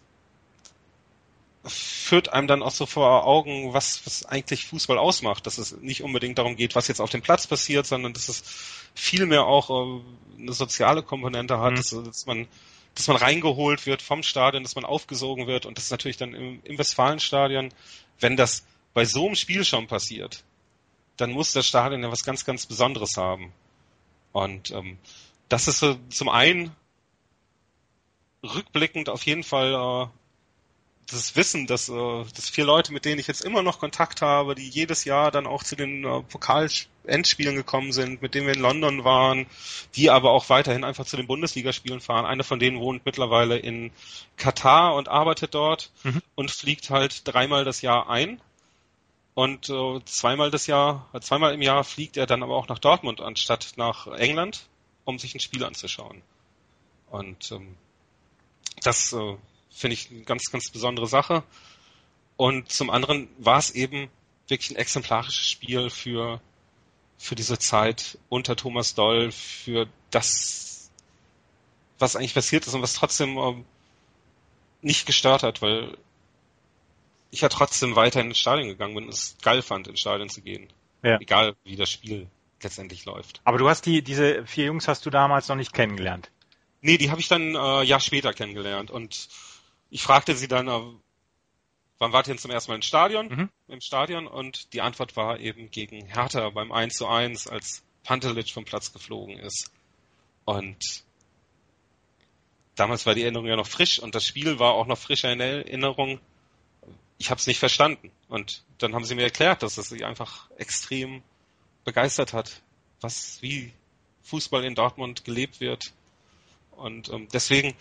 führt einem dann auch so vor Augen, was eigentlich Fußball ausmacht, dass es nicht unbedingt darum geht, was jetzt auf dem Platz passiert, sondern dass es vielmehr auch eine soziale Komponente hat, dass man reingeholt wird vom Stadion, dass man aufgesogen wird und das ist natürlich dann im Westfalenstadion, wenn das bei so einem Spiel schon passiert, dann muss das Stadion ja was ganz, ganz Besonderes haben. Und das ist so zum einen rückblickend auf jeden Fall das Wissen, dass 4 Leute, mit denen ich jetzt immer noch Kontakt habe, die jedes Jahr dann auch zu den Pokal-Endspielen gekommen sind, mit denen wir in London waren, die aber auch weiterhin einfach zu den Bundesligaspielen fahren. Einer von denen wohnt mittlerweile in Katar und arbeitet dort und fliegt halt 3-mal das Jahr ein. Und zweimal im Jahr fliegt er dann aber auch nach Dortmund, anstatt nach England, um sich ein Spiel anzuschauen. Und das finde ich eine ganz, ganz besondere Sache. Und zum anderen war es eben wirklich ein exemplarisches Spiel für diese Zeit unter Thomas Doll, für das, was eigentlich passiert ist und was trotzdem nicht gestört hat, weil ich ja trotzdem weiter ins Stadion gegangen bin und es geil fand, ins Stadion zu gehen. Ja. Egal, wie das Spiel letztendlich läuft. Aber du hast diese 4 Jungs hast du damals noch nicht kennengelernt? Nee, die habe ich dann ein Jahr später kennengelernt und ich fragte sie dann, wann wart ihr denn zum ersten Mal im Stadion? Und die Antwort war eben gegen Hertha beim 1:1, als Pantelic vom Platz geflogen ist. Und damals war die Erinnerung ja noch frisch und das Spiel war auch noch frischer in der Erinnerung. Ich habe es nicht verstanden. Und dann haben sie mir erklärt, dass es sie einfach extrem begeistert hat, wie Fußball in Dortmund gelebt wird. Und deswegen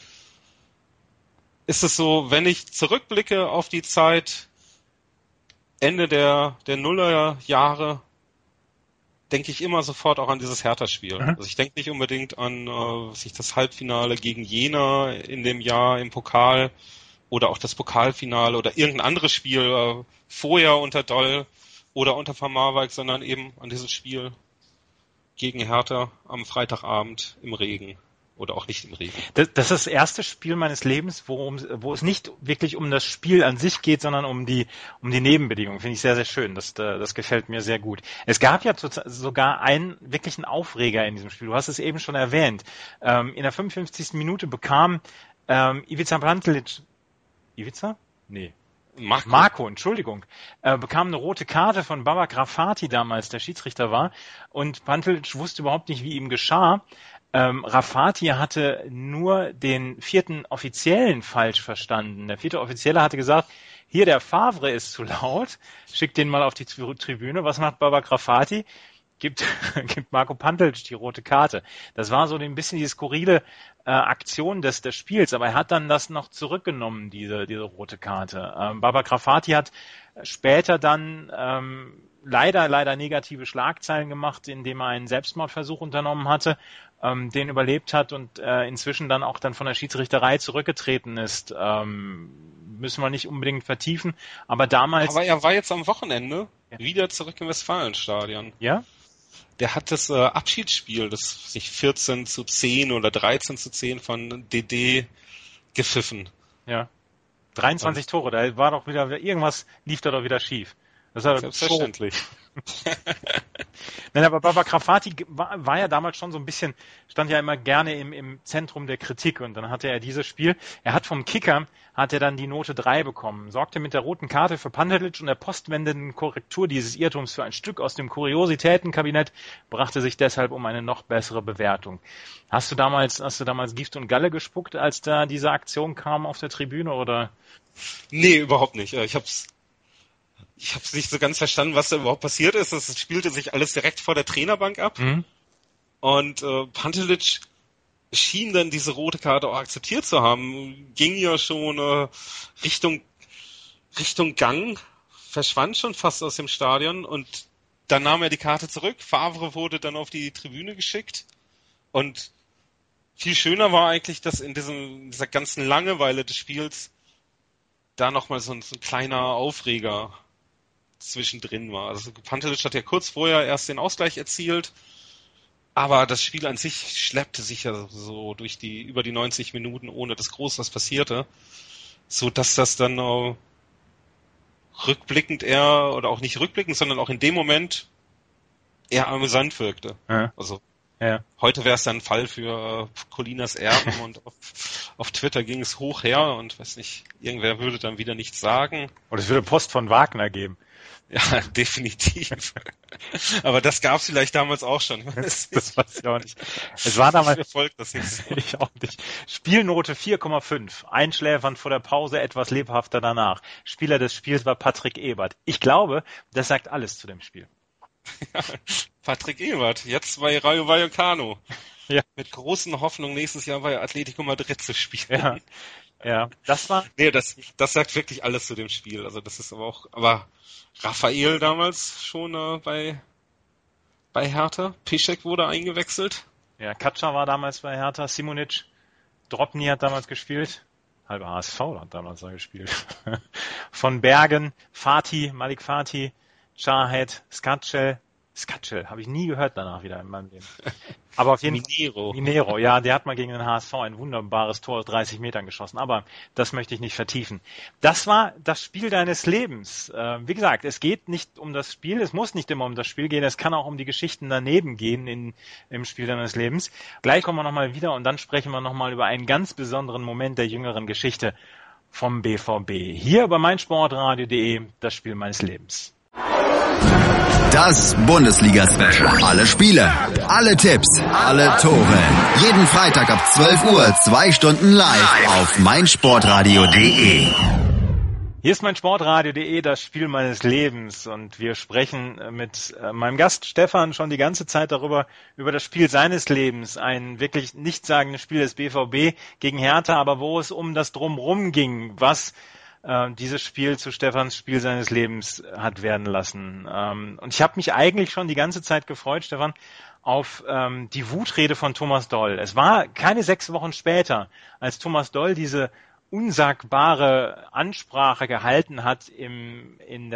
ist es so, wenn ich zurückblicke auf die Zeit Ende der Nullerjahre, denke ich immer sofort auch an dieses Hertha-Spiel. Mhm. Also ich denke nicht unbedingt an das Halbfinale gegen Jena in dem Jahr im Pokal oder auch das Pokalfinale oder irgendein anderes Spiel vorher unter Doll oder unter Van Marwijk, sondern eben an dieses Spiel gegen Hertha am Freitagabend im Regen. Oder auch nicht im Regen. Das ist das erste Spiel meines Lebens, wo es nicht wirklich um das Spiel an sich geht, sondern um die Nebenbedingungen. Finde ich sehr, sehr schön. Das gefällt mir sehr gut. Es gab ja sogar einen wirklichen Aufreger in diesem Spiel. Du hast es eben schon erwähnt. In der 55. Minute bekam Ivica Pantelic. Ivica? Nee. Marco, Entschuldigung, bekam eine rote Karte von Babak Rafati damals, der Schiedsrichter war. Und Pantelic wusste überhaupt nicht, wie ihm geschah. Rafati hatte nur den 4. Offiziellen falsch verstanden. Der 4. Offizielle hatte gesagt, hier der Favre ist zu laut, schickt den mal auf die Tribüne. Was macht Babak Rafati? Gibt Marco Pantelic die rote Karte. Das war so ein bisschen die skurrile Aktion des Spiels, aber er hat dann das noch zurückgenommen, diese rote Karte. Babak Rafati hat später dann leider negative Schlagzeilen gemacht, indem er einen Selbstmordversuch unternommen hatte, den überlebt hat und inzwischen dann auch dann von der Schiedsrichterei zurückgetreten ist. Müssen wir nicht unbedingt vertiefen, aber damals... Aber er war jetzt am Wochenende wieder zurück im Westfalenstadion. Ja? Der hat das Abschiedsspiel, das sich 14:10 oder 13:10 von DD gepfiffen. Ja. 23 Tore, da war doch wieder, irgendwas lief da doch wieder schief. Das war selbstverständlich. Nein, aber Babak Rafati war ja damals schon so ein bisschen, stand ja immer gerne im Zentrum der Kritik und dann hatte er dieses Spiel. Er hat vom Kicker, hat er dann die Note 3 bekommen, sorgte mit der roten Karte für Pantelic und der postwendenden Korrektur dieses Irrtums für ein Stück aus dem Kuriositätenkabinett, brachte sich deshalb um eine noch bessere Bewertung. Hast du damals Gift und Galle gespuckt, als da diese Aktion kam auf der Tribüne, oder? Nee, überhaupt nicht. Ich hab's nicht so ganz verstanden, was da überhaupt passiert ist. Es spielte sich alles direkt vor der Trainerbank ab. Mhm. Und Pantelic schien dann diese rote Karte auch akzeptiert zu haben. Ging ja schon Richtung Gang, verschwand schon fast aus dem Stadion und dann nahm er die Karte zurück. Favre wurde dann auf die Tribüne geschickt. Und viel schöner war eigentlich, dass in dieser ganzen Langeweile des Spiels da nochmal so ein kleiner Aufreger zwischendrin war. Also Pantelic hat ja kurz vorher erst den Ausgleich erzielt, aber das Spiel an sich schleppte sich ja so über die 90 Minuten, ohne dass groß was passierte, so dass das dann rückblickend oder auch nicht rückblickend, sondern auch in dem Moment eher amüsant wirkte. Ja. Also heute wäre es dann ein Fall für Colinas Erben und auf Twitter ging es hoch her und weiß nicht, irgendwer würde dann wieder nichts sagen. Oder es würde Post von Wagner geben. Ja, definitiv. Aber das gab's vielleicht damals auch schon. Das weiß ich auch nicht. Es war damals... Mir folgt das nicht so. Ich auch nicht. Spielnote 4,5. Einschläfernd vor der Pause, etwas lebhafter danach. Spieler des Spiels war Patrick Ebert. Ich glaube, das sagt alles zu dem Spiel. Ja, Patrick Ebert, jetzt bei Rayo Vallecano. Ja. Mit großen Hoffnungen nächstes Jahr bei Atletico Madrid zu spielen. Ja, das war... Nee, das sagt wirklich alles zu dem Spiel. Also das ist aber Raphael damals schon bei Hertha. Piszczek wurde eingewechselt. Ja, Katscha war damals bei Hertha. Simonic, Drobny hat damals gespielt. Halber HSV hat damals da gespielt. Von Bergen, Malik Fatih, Chahed, Skatschel habe ich nie gehört danach wieder in meinem Leben. Aber auf jeden Fall Minero, ja, der hat mal gegen den HSV ein wunderbares Tor aus 30 Metern geschossen, aber das möchte ich nicht vertiefen. Das war das Spiel deines Lebens. Wie gesagt, es geht nicht um das Spiel, es muss nicht immer um das Spiel gehen, es kann auch um die Geschichten daneben gehen im Spiel deines Lebens. Gleich kommen wir nochmal wieder und dann sprechen wir nochmal über einen ganz besonderen Moment der jüngeren Geschichte vom BVB. Hier bei meinsportradio.de, das Spiel meines Lebens. Das Bundesliga-Special. Alle Spiele, alle Tipps, alle Tore. Jeden Freitag ab 12 Uhr, 2 Stunden live auf meinsportradio.de. Hier ist meinsportradio.de, das Spiel meines Lebens, und wir sprechen mit meinem Gast Stefan schon die ganze Zeit über das Spiel seines Lebens, ein wirklich nichtssagendes Spiel des BVB gegen Hertha, aber wo es um das Drumherum ging, was dieses Spiel zu Stefans Spiel seines Lebens hat werden lassen. Und ich habe mich eigentlich schon die ganze Zeit gefreut, Stefan, auf die Wutrede von Thomas Doll. Es war keine 6 Wochen später, als Thomas Doll diese unsagbare Ansprache gehalten hat im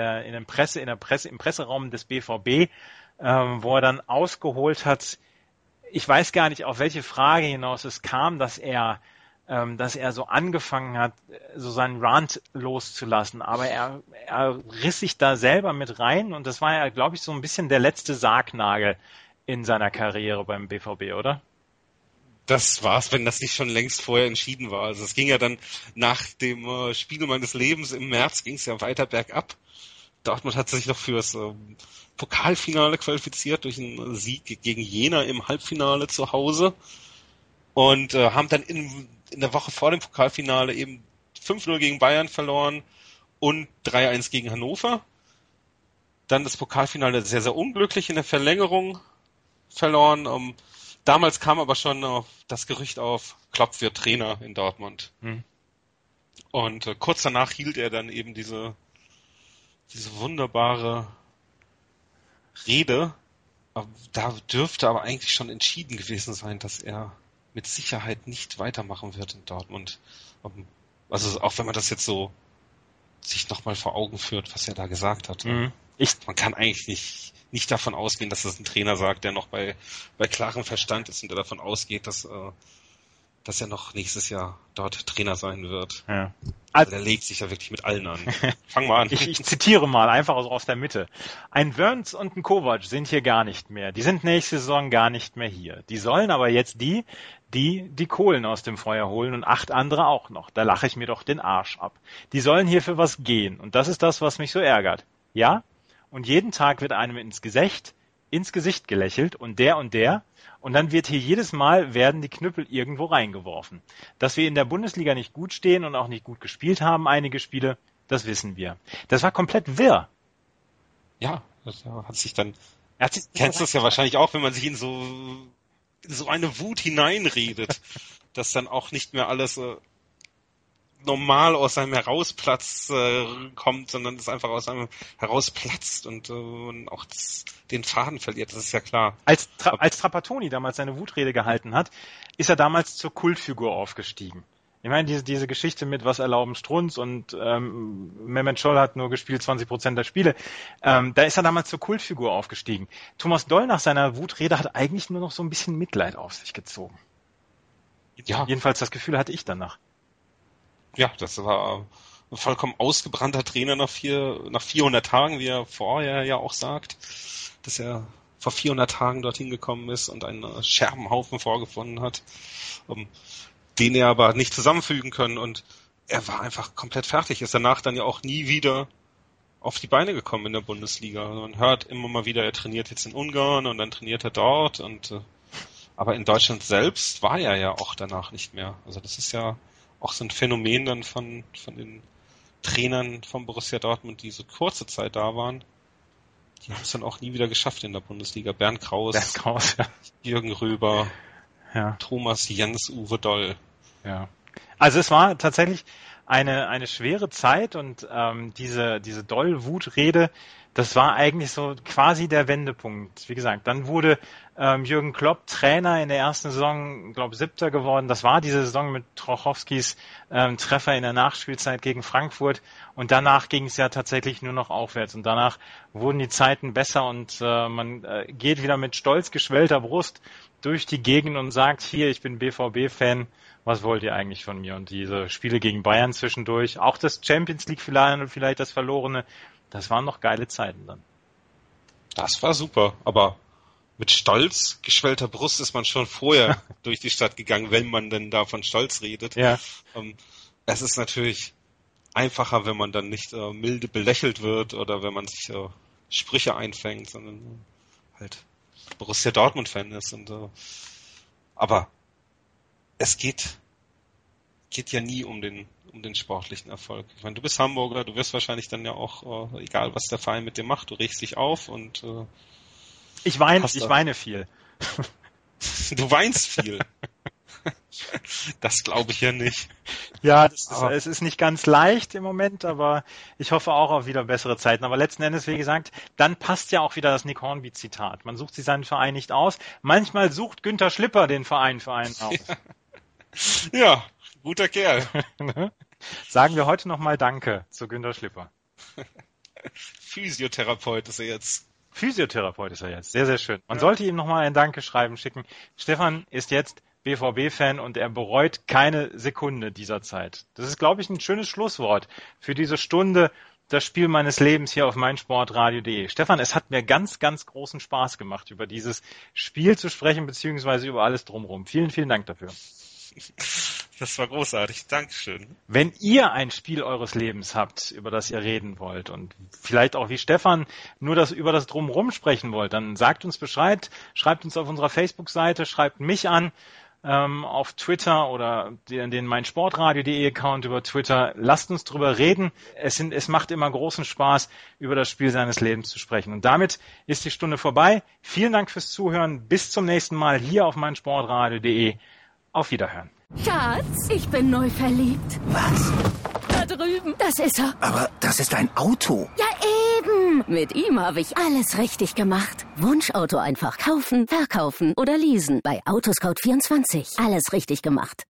Presseraum des BVB, wo er dann ausgeholt hat. Ich weiß gar nicht, auf welche Frage hinaus es kam, dass er so angefangen hat, so seinen Rant loszulassen. Aber er riss sich da selber mit rein, und das war ja, glaube ich, so ein bisschen der letzte Sargnagel in seiner Karriere beim BVB, oder? Das war's, wenn das nicht schon längst vorher entschieden war. Also es ging ja dann nach dem Spiel meines Lebens im März, ging es ja weiter bergab. Dortmund hat sich noch fürs Pokalfinale qualifiziert durch einen Sieg gegen Jena im Halbfinale zu Hause und haben dann in der Woche vor dem Pokalfinale eben 5-0 gegen Bayern verloren und 3-1 gegen Hannover. Dann das Pokalfinale sehr, sehr unglücklich in der Verlängerung verloren. Damals kam aber schon das Gerücht auf, Klopp wird Trainer in Dortmund. Und kurz danach hielt er dann eben diese wunderbare Rede. Da dürfte aber eigentlich schon entschieden gewesen sein, dass er mit Sicherheit nicht weitermachen wird in Dortmund. Also auch wenn man das jetzt so sich nochmal vor Augen führt, was er da gesagt hat. Man kann eigentlich nicht davon ausgehen, dass das ein Trainer sagt, der noch bei klarem Verstand ist und der davon ausgeht, dass er noch nächstes Jahr dort Trainer sein wird. Ja. Also der legt sich ja wirklich mit allen an. Fang mal an. Ich zitiere mal, einfach aus der Mitte. Ein Wörns und ein Kovac sind hier gar nicht mehr. Die sind nächste Saison gar nicht mehr hier. Die sollen aber jetzt die Kohlen aus dem Feuer holen und 8 andere auch noch. Da lache ich mir doch den Arsch ab. Die sollen hier für was gehen. Und das ist das, was mich so ärgert. Ja? Und jeden Tag wird einem ins Gesicht gelächelt und der. Und dann wird hier jedes Mal werden die Knüppel irgendwo reingeworfen. Dass wir in der Bundesliga nicht gut stehen und auch nicht gut gespielt haben, einige Spiele, das wissen wir. Das war komplett wirr. Ja, das hat sich dann... Kennst du das ja wahrscheinlich auch, wenn man sich in so eine Wut hineinredet, dass dann auch nicht mehr alles normal aus einem herausplatz kommt, sondern es einfach aus einem herausplatzt und auch den Faden verliert, das ist ja klar. Als Trapattoni damals seine Wutrede gehalten hat, ist er damals zur Kultfigur aufgestiegen. Ich meine, diese Geschichte mit was erlauben Strunz und Mehmet Scholl hat nur gespielt 20% der Spiele, da ist er damals zur Kultfigur aufgestiegen. Thomas Doll nach seiner Wutrede hat eigentlich nur noch so ein bisschen Mitleid auf sich gezogen. Ja. Jedenfalls das Gefühl hatte ich danach. Ja, das war ein vollkommen ausgebrannter Trainer nach 400 Tagen, wie er vorher ja auch sagt, dass er vor 400 Tagen dorthin gekommen ist und einen Scherbenhaufen vorgefunden hat, den er aber nicht zusammenfügen können, und er war einfach komplett fertig, ist danach dann ja auch nie wieder auf die Beine gekommen in der Bundesliga. Man hört immer mal wieder, er trainiert jetzt in Ungarn und dann trainiert er dort, aber in Deutschland selbst war er ja auch danach nicht mehr. Also das ist ja auch so ein Phänomen dann von den Trainern von Borussia Dortmund, die so kurze Zeit da waren. Die haben es dann auch nie wieder geschafft in der Bundesliga. Bernd Kraus, ja. Jürgen Röber, Thomas Jens, Uwe Doll. Ja. Also es war tatsächlich eine schwere Zeit, und diese Doll-Wutrede, das war eigentlich so quasi der Wendepunkt. Wie gesagt, dann wurde Jürgen Klopp Trainer in der ersten Saison, glaube 7. geworden. Das war diese Saison mit Trochowskis Treffer in der Nachspielzeit gegen Frankfurt, und danach ging es ja tatsächlich nur noch aufwärts, und danach wurden die Zeiten besser, und man geht wieder mit stolz geschwellter Brust durch die Gegend und sagt, hier, ich bin BVB-Fan, was wollt ihr eigentlich von mir? Und diese Spiele gegen Bayern zwischendurch, auch das Champions League vielleicht das Verlorene, das waren noch geile Zeiten dann. Das war super, aber mit stolz geschwellter Brust ist man schon vorher durch die Stadt gegangen, wenn man denn da von Stolz redet. Ja. Es ist natürlich einfacher, wenn man dann nicht milde belächelt wird oder wenn man sich Sprüche einfängt, sondern halt Borussia Dortmund-Fan ist. Aber es geht ja nie um den sportlichen Erfolg. Ich meine, du bist Hamburger, du wirst wahrscheinlich dann ja auch, egal was der Verein mit dir macht, du regst dich auf und ich weine viel. Du weinst viel. Das glaube ich ja nicht. Ja, es ist nicht ganz leicht im Moment, aber ich hoffe auch auf wieder bessere Zeiten. Aber letzten Endes, wie gesagt, dann passt ja auch wieder das Nick Hornby-Zitat. Man sucht sich seinen Verein nicht aus. Manchmal sucht Günther Schlipper den Verein für einen aus. Ja, guter Kerl. Sagen wir heute nochmal Danke zu Günther Schlipper. Physiotherapeut ist er jetzt. Sehr, sehr schön. Man sollte ihm nochmal ein Dankeschreiben schicken. Stefan ist jetzt BVB-Fan und er bereut keine Sekunde dieser Zeit. Das ist, glaube ich, ein schönes Schlusswort für diese Stunde, das Spiel meines Lebens hier auf meinsportradio.de. Stefan, es hat mir ganz, ganz großen Spaß gemacht, über dieses Spiel zu sprechen, beziehungsweise über alles drumherum. Vielen, vielen Dank dafür. Das war großartig. Dankeschön. Wenn ihr ein Spiel eures Lebens habt, über das ihr reden wollt und vielleicht auch wie Stefan nur über das Drumherum sprechen wollt, dann sagt uns Bescheid, schreibt uns auf unserer Facebook-Seite, schreibt mich an, auf Twitter oder den meinsportradio.de Account über Twitter. Lasst uns drüber reden. Es macht immer großen Spaß, über das Spiel seines Lebens zu sprechen. Und damit ist die Stunde vorbei. Vielen Dank fürs Zuhören. Bis zum nächsten Mal hier auf meinsportradio.de. Auf Wiederhören. Schatz, ich bin neu verliebt. Was? Da drüben. Das ist er. Aber das ist ein Auto. Ja, eben. Mit ihm habe ich alles richtig gemacht. Wunschauto einfach kaufen, verkaufen oder leasen. Bei Autoscout24. Alles richtig gemacht.